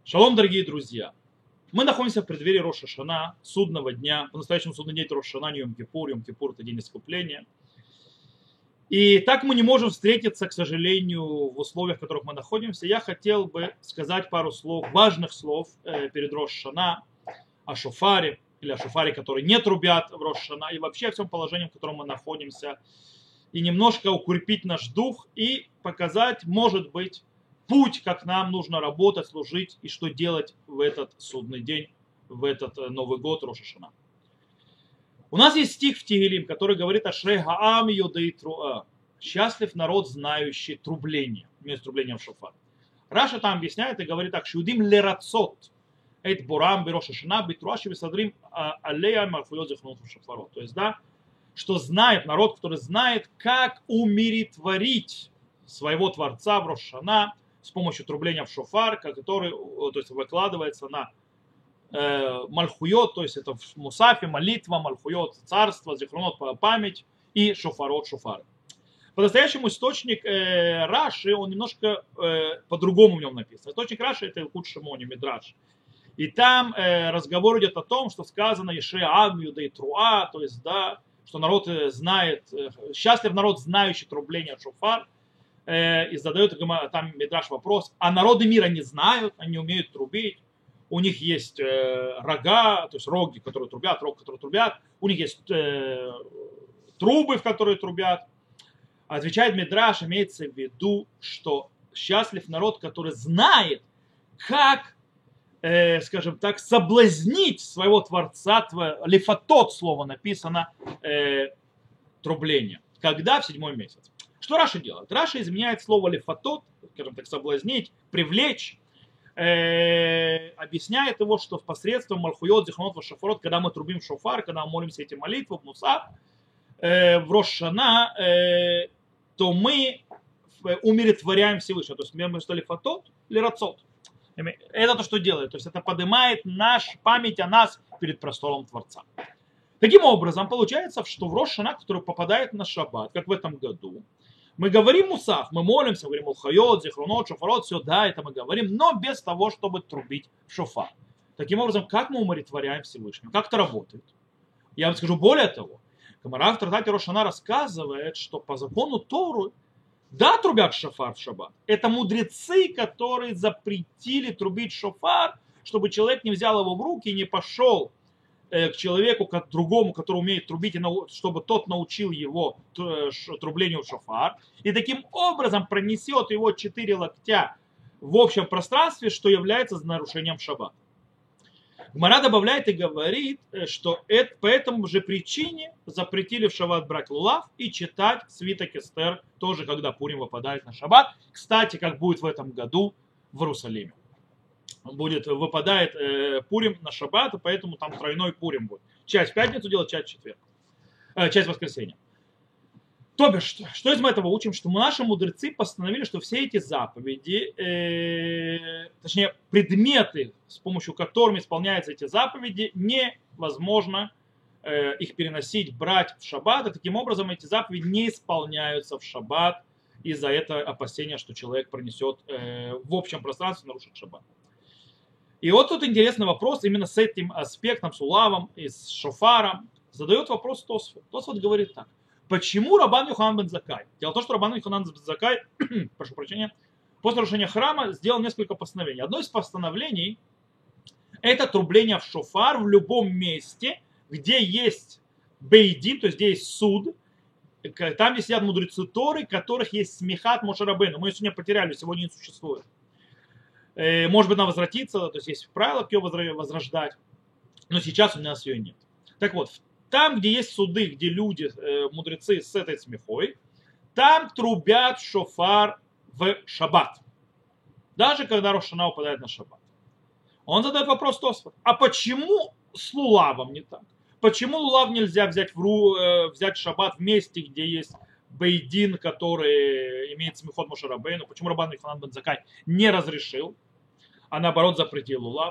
Шалом, дорогие друзья! Мы находимся в преддверии Рош ха-Шана, судного дня. По-настоящему судный день это Рош ха-Шана, не Йом-Кипур. Йом-Кипур это день искупления. И так мы не можем встретиться, к сожалению, в условиях, в которых мы находимся. Я хотел бы сказать пару слов, важных слов перед Рош ха-Шана о шофаре, или о шофаре, который не трубят в Рош ха-Шана, и вообще о всем положении, в котором мы находимся. И немножко укрепить наш дух и показать, может быть, путь, как нам нужно работать, служить и что делать в этот судный день, в этот Новый год Рош ха-Шана. У нас есть стих в Тегилим, который говорит о Шрей Хаам Йодей Труа. Счастлив народ, знающий трубление. Вместо трубления в шофар. Раша там объясняет и говорит так: Шиудим лерацот. Эйт бурам берош ха-Шана битруаши висадрим алея марфуйот зихнут в шофарот. То есть, да, что знает народ, который знает, как умиротворить своего Творца в Рош ха-Шана с помощью трубления в шофар, который, то есть, выкладывается на мальхуйот, то есть это в мусафе, молитва, мальхуйот, царство, зихронот, память и шофарот, шофары. По-настоящему источник Раши, он немножко по-другому в нем написан. Источник Раши это Илкут Шимони, Мидраш. И там разговор идет о том, что сказано Ешре Ам Юдей Труа, то есть, да, что народ знает, счастлив народ, знающий трубление шофар. И задает там Мидраш вопрос: а народы мира не знают, они умеют трубить, у них есть рога, то есть роги, которые трубят, рог, которые трубят, у них есть трубы, в которые трубят. Отвечает Мидраш, имеется в виду, что счастлив народ, который знает, как, скажем так, соблазнить своего Творца, лифатот слово написано, трубление. Когда? В 7-й месяц. Что Раша делает? Раша изменяет слово лифатот, скажем так, соблазнить, привлечь, объясняет его, что посредством мальхуйот, зихнот, шофарот, когда мы трубим шофар, когда мы молимся эти молитвы в мусаф, в Рош ха-Шана, то мы умиротворяем Всевышнего. То есть мы что лифатот или рацот. Это то, что делает. То есть это поднимает нашу память о нас перед престолом Творца. Таким образом, получается, что в Рош ха-Шана, который попадает на шаббат, как в этом году, мы говорим мусаф, мы молимся, говорим улхайот, зихронот, шофарот, все, да, это мы говорим, но без того, чтобы трубить в шофар. Таким образом, как мы умиротворяем Всевышнего? Как это работает? Я вам скажу более того. Гемара в трактате Рош ха-Шана рассказывает, что по закону Торы, да, трубят шофар в шаббат. Это мудрецы, которые запретили трубить шофар, чтобы человек не взял его в руки и не пошел к человеку, к другому, который умеет трубить, чтобы тот научил его трублению в шофар, и таким образом пронесет его 4 локтя в общем пространстве, что является нарушением шаббата. Гмара добавляет и говорит, что это по этому же причине запретили в шаббат брать лулав и читать свиток Эстер, тоже когда Пурим выпадает на шаббат. Кстати, как будет в этом году в Иерусалиме. Выпадает Пурим на шаббат, поэтому там тройной Пурим будет. Часть в пятницу делать, часть в четверг. Часть в воскресенье. То бишь, что из этого учим? Что наши мудрецы постановили, что все эти заповеди, точнее предметы, с помощью которых исполняются эти заповеди, невозможно их переносить, брать в шаббат. И таким образом эти заповеди не исполняются в шаббат из-за этого опасения, что человек пронесет в общем пространстве, нарушит шаббат. И вот тут интересный вопрос именно с этим аспектом, с улавом и с шофаром. Задает вопрос Тосфот. Тосфот говорит так. Почему Рабан Йоханан бен Заккай? Дело в том, что Рабан Йоханан бен Заккай, прошу прощения, после разрушения храма сделал несколько постановлений. Одно из постановлений – это трубление в шофар в любом месте, где есть бейдин, то есть где есть суд, там, где сидят мудрецы Торы, которых есть смехат Моше Рабейну. Мы ее сегодня потеряли, сегодня не существует. Может быть, она возвратится, то есть есть правило ее возрождать, но сейчас у нас ее нет. Так вот, там, где есть суды, где люди, мудрецы с этой смехой, там трубят шофар в шаббат. Даже когда Рош ха-Шана упадает на шаббат. Он задает вопрос Тосфот. А почему с лулавом не так? Почему лулав нельзя взять в шаббат в месте, где есть бейдин, который имеет смехот Моше Рабейну? Почему Рабан Йоханан бен Заккай не разрешил, а наоборот запретил лулав?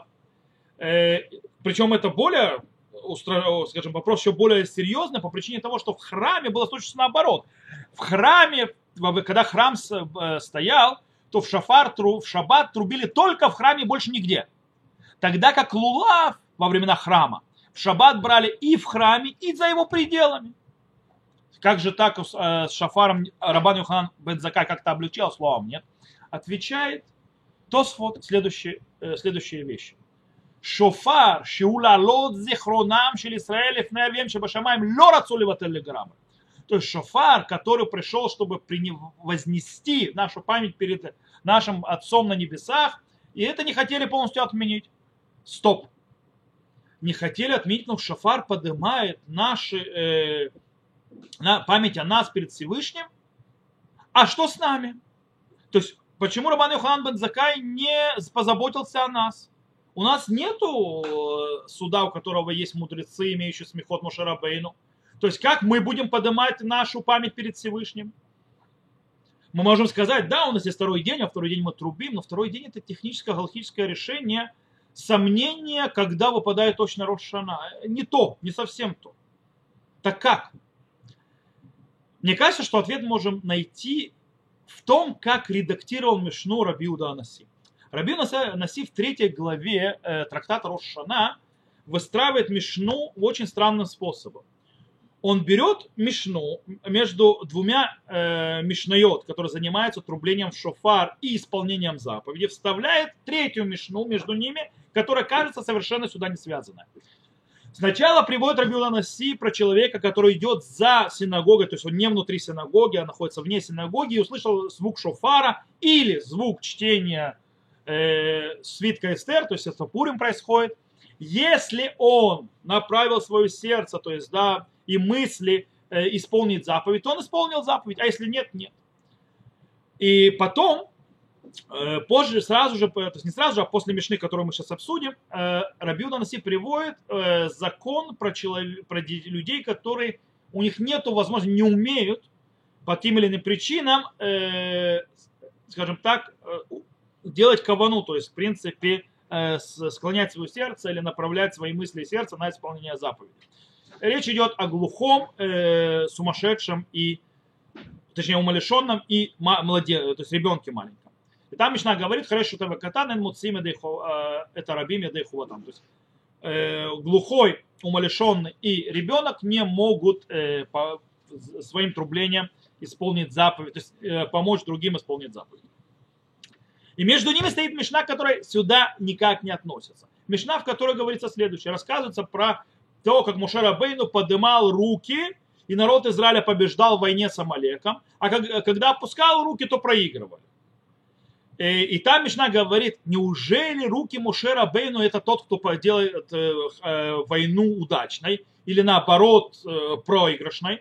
Причем это более, скажем, вопрос еще более серьезный по причине того, что в храме было точно наоборот. В храме, когда храм стоял, то в шаббат трубили только в храме, больше нигде. Тогда как лулав во времена храма в шаббат брали и в храме, и за его пределами. Как же так с шафаром Рабан Йоханан бен Заккай как-то облегчал словом? Нет. Отвечает Тосфот следующие вещи. Шофар, шеулалот зихронам шел Исраэль лифней авием шебашамаим ло рацу леватель леграм. То есть шофар, который пришел, чтобы вознести нашу память перед нашим Отцом на небесах, и это не хотели полностью отменить. Стоп. Не хотели отменить, но шофар поднимает память о нас перед Всевышним. А что с нами? То есть, почему Рабан Йоханан бен Заккай не позаботился о нас? У нас нету суда, у которого есть мудрецы, имеющие смехот Моше Рабейну. То есть, как мы будем поднимать нашу память перед Всевышним? Мы можем сказать, да, у нас есть второй день, а второй день мы трубим, но второй день это техническое, галактическое решение, сомнение, когда выпадает точно Рош ха-Шана. Не то, не совсем то. Так как? Мне кажется, что ответ можем найти в том, как редактировал Мишну Раби Иуда ха-Наси. Раби Иуда ха-Наси в 3 главе трактата Рош ха-Шана выстраивает Мишну очень странным способом. Он берет Мишну между двумя Мишнайот, которые занимаются трублением в шофар и исполнением заповеди, вставляет третью Мишну между ними, которая кажется совершенно сюда не связанная. Сначала приводит Раби Иуда ха-Наси про человека, который идет за синагогой, то есть он не внутри синагоги, а находится вне синагоги, и услышал звук шофара или звук чтения свитка Эстер, то есть это Пурим происходит. Если он направил свое сердце, то есть да, и мысли исполнить заповедь, то он исполнил заповедь, а если нет, нет. И потом, позже, сразу же, то есть не сразу же, а после Мишны, которую мы сейчас обсудим, Раби Иуда ха-Наси приводит закон про людей, которые у них нет возможности, не умеют по тем или иным причинам, скажем так, делать кавану, то есть в принципе склонять свое сердце или направлять свои мысли и сердце на исполнение заповедей. Речь идет о глухом, сумасшедшем и, точнее, умалишенном и то есть ребенке маленьком. И там Мишна говорит, хорошо, это рабим едейхуватам. То есть глухой, умалишенный и ребенок не могут по своим трублениям исполнить заповедь, то есть помочь другим исполнить заповедь. И между ними стоит Мишна, которая сюда никак не относится. Мишна, в которой говорится следующее. Рассказывается про то, как Моше Рабейну поднимал руки, и народ Израиля побеждал в войне с Амалеком, а когда опускал руки, то проигрывали. И там Мишна говорит, неужели руки Моше Рабейну это тот, кто делает войну удачной, или наоборот проигрышной?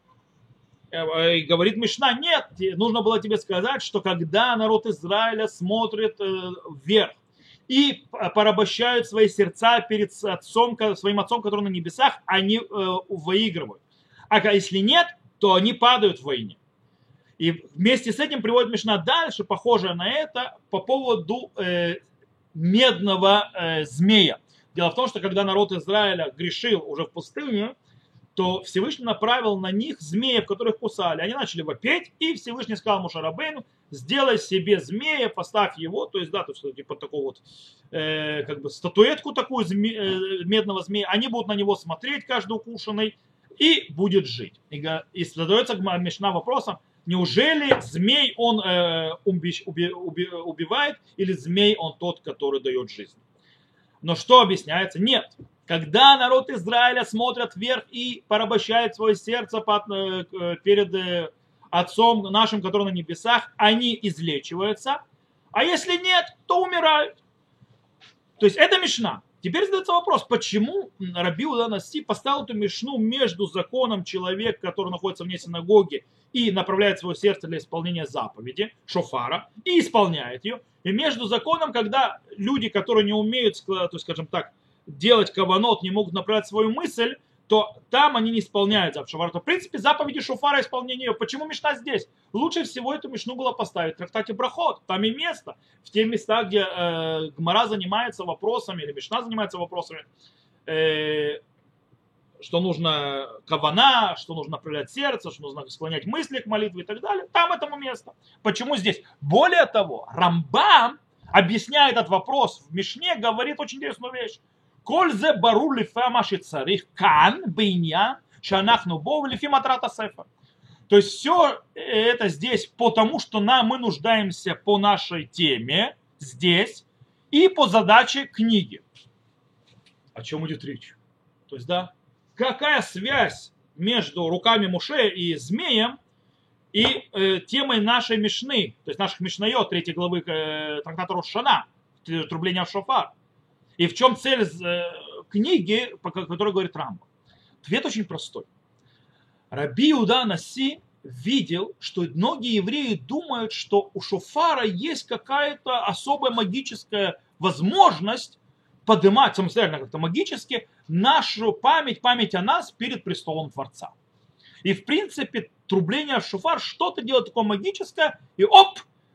И говорит Мишна, нет, нужно было тебе сказать, что когда народ Израиля смотрит вверх и порабощают свои сердца перед своим отцом, который на небесах, они выигрывают. А если нет, то они падают в войне. И вместе с этим приводит Мишна дальше, похожее на это, по поводу медного змея. Дело в том, что когда народ Израиля грешил уже в пустыне, то Всевышний направил на них змеев, которых кусали. Они начали вопеть, и Всевышний сказал Моше Рабейну, сделай себе змея, поставь его, то есть, да, то есть, типа такую вот, как бы статуэтку такую медного змея, они будут на него смотреть, каждый укушенный, и будет жить. И задается Мишна вопросом, неужели змей он убивает, или змей он тот, который дает жизнь? Но что объясняется? Нет. Когда народ Израиля смотрит вверх и порабощает свое сердце перед Отцом нашим, который на небесах, они излечиваются. А если нет, то умирают. То есть это Мишна. Теперь задается вопрос, почему Раби Иуда ха-Наси поставил эту Мишну между законом человека, который находится вне синагоги и направляет свое сердце для исполнения заповеди, шофара, и исполняет ее, и между законом, когда люди, которые не умеют, то есть, скажем так, делать каванот, не могут направить свою мысль, то там они не исполняют заповедь шофара. То, в принципе, заповеди шофара исполнение ее. Почему Мишна здесь? Лучше всего эту Мишну было поставить в трактате Брахот. Там и место. В те места, где Гмара занимается вопросами, или Мишна занимается вопросами что нужно кавана, что нужно направлять сердце, что нужно склонять мысли к молитве и так далее. Там этому место. Почему здесь? Более того, Рамбам, объясняя этот вопрос в Мишне, говорит очень интересную вещь. Коль зе бару лифамаши царих кан бейнян шанахну бов лифим атрата сефа. То есть все это здесь потому, что мы нуждаемся по нашей теме здесь и по задаче книги. О чем идет речь? То есть, да, какая связь между руками Моше и змеем и темой нашей Мишны, то есть наших Мишнайот, 3 главы трактата Рош Шана, трубления в шофар. И в чем цель книги, по которой говорит Рамбам? Ответ очень простой. Раби Иуда Наси видел, что многие евреи думают, что у шофара есть какая-то особая магическая возможность поднимать самостоятельно как-то магически нашу память о нас перед престолом Творца. И в принципе трубление в шофар что-то делает такое магическое, и оп,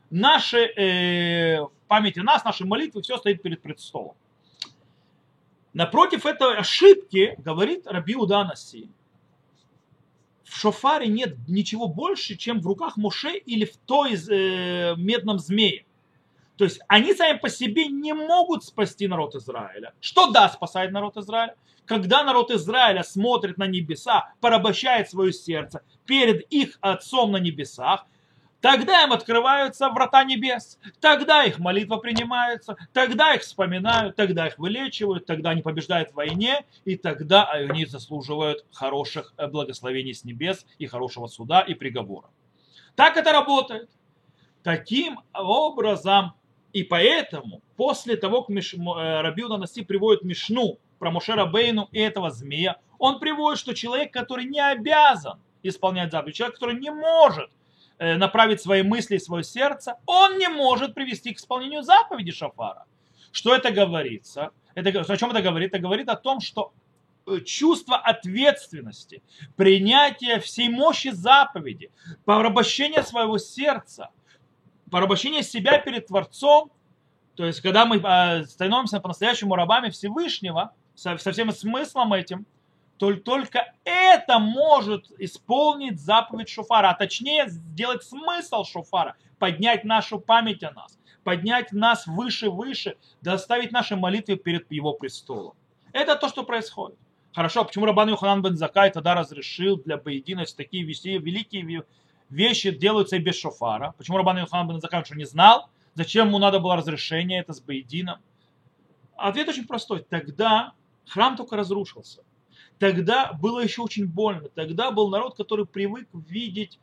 наши память о нас, наши молитвы, все стоит перед престолом. Напротив этой ошибки говорит Раби Иуда Наси. В шофаре нет ничего больше, чем в руках Моше или в той медном змее. То есть они сами по себе не могут спасти народ Израиля. Что да, спасает народ Израиля? Когда народ Израиля смотрит на небеса, порабощает свое сердце перед их Отцом на небесах, тогда им открываются врата небес, тогда их молитва принимается, тогда их вспоминают, тогда их вылечивают, тогда они побеждают в войне, и тогда они заслуживают хороших благословений с небес и хорошего суда и приговора. Так это работает. Таким образом, и поэтому, после того, как Раби Иуда Наси приводит Мишну про Моше Рабейну и этого змея, он приводит, что человек, который не обязан исполнять заповедь, человек, который не может направить свои мысли и свое сердце, он не может привести к исполнению заповеди шофара. Что это говорится? О чем это говорит? Это говорит о том, что чувство ответственности, принятие всей мощи заповеди, порабощение своего сердца, порабощение себя перед Творцом, то есть когда мы становимся по-настоящему рабами Всевышнего, со всем смыслом этим, только это может исполнить заповедь шофара, а точнее сделать смысл шофара, поднять нашу память о нас, поднять нас выше, доставить наши молитвы перед его престолом. Это то, что происходит. Хорошо, почему Рабан Йоханан бен Заккай тогда разрешил для Бейдина такие великие вещи делаются и без шофара? Почему Рабан Йоханан бен Заккай что не знал? Зачем ему надо было разрешение это с Бейдином? Ответ очень простой. Тогда храм только разрушился. Тогда было еще очень больно. Тогда был народ, который привык видеть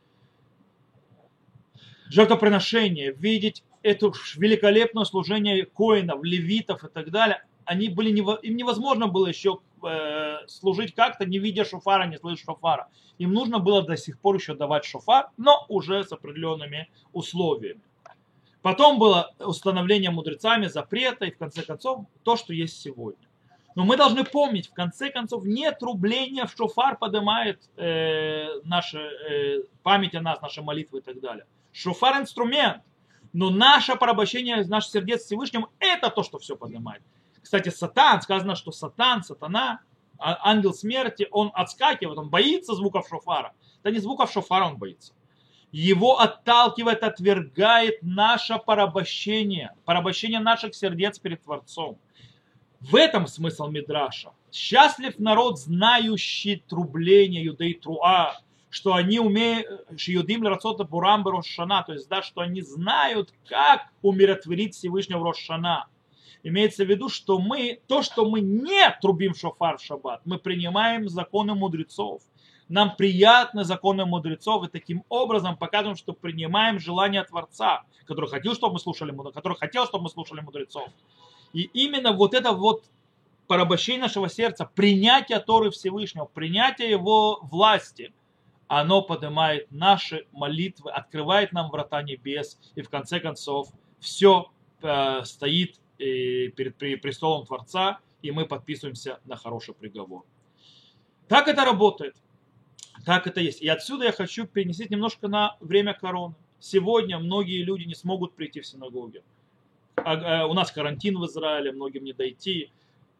жертвоприношение, видеть это великолепное служение коинов, левитов и так далее. Им невозможно было еще служить как-то, не видя шофара, не слыша шофара. Им нужно было до сих пор еще давать шофар, но уже с определенными условиями. Потом было установление мудрецами запрета и в конце концов то, что есть сегодня. Но мы должны помнить, в конце концов, не трубление в шофар поднимает нашу память о нас, наши молитвы и так далее. Шофар инструмент, но наше порабощение наших сердец Всевышнему это то, что все поднимает. Кстати, Сатан, сказано, что сатана, ангел смерти, он отскакивает, он боится звуков шофара. Это не звуков шофара он боится. Его отталкивает, отвергает наше порабощение наших сердец перед Творцом. В этом смысл Мидраша. Счастлив народ, знающий трубление Юдей Труа, что они умеют, Юдим Ларацота Бурам Рош Шана, то есть, да, что они знают, как умиротворить Всевышнего в Рош Шана. Имеется в виду, что то, что мы не трубим шофар в шаббат, мы принимаем законы мудрецов. Нам приятны законы мудрецов, и таким образом показываем, что принимаем желание Творца, который хотел, чтобы мы слушали мудрецов. И именно вот это вот порабощение нашего сердца, принятие Торы Всевышнего, принятие его власти, оно поднимает наши молитвы, открывает нам врата небес, и в конце концов все стоит перед престолом Творца, и мы подписываемся на хороший приговор. Так это работает. Так это есть. И отсюда я хочу перенести немножко на время короны. Сегодня многие люди не смогут прийти в синагоги. У нас карантин в Израиле, многим не дойти.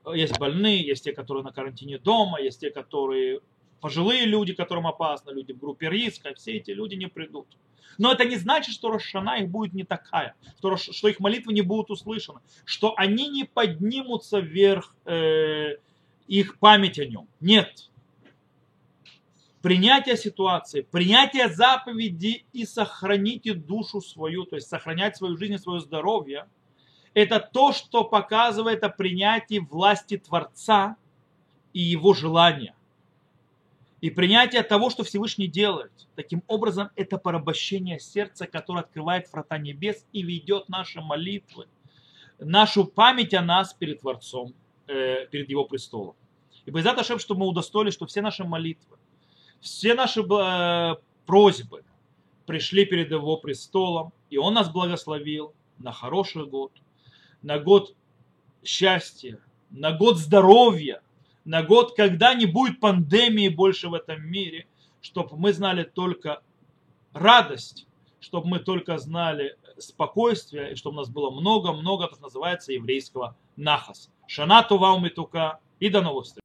есть больные, есть те, которые на карантине дома, есть те, которые пожилые люди, которым опасно, люди в группе риска, все эти люди не придут. Но это не значит, что Рош ха-Шана их будет не такая, что их молитвы не будут услышаны, что они не поднимутся вверх их память о нем. Нет. Принятие ситуации, принятие заповеди и сохраните душу свою, то есть сохранять свою жизнь и свое здоровье, это то, что показывает о принятии власти Творца и его желания. И принятие того, что Всевышний делает. Таким образом, это порабощение сердца, которое открывает врата небес и ведет наши молитвы, нашу память о нас перед Творцом, перед Его престолом. И Бейзат Ашем, чтобы мы удостоились, что все наши молитвы, все наши просьбы пришли перед Его престолом, и Он нас благословил на хороший год, на год счастья, на год здоровья, на год, когда не будет пандемии больше в этом мире, чтобы мы знали только радость, чтобы мы только знали спокойствие, и чтобы у нас было много-много, как называется, еврейского нахаса. Шана това умитука, и до новых встреч.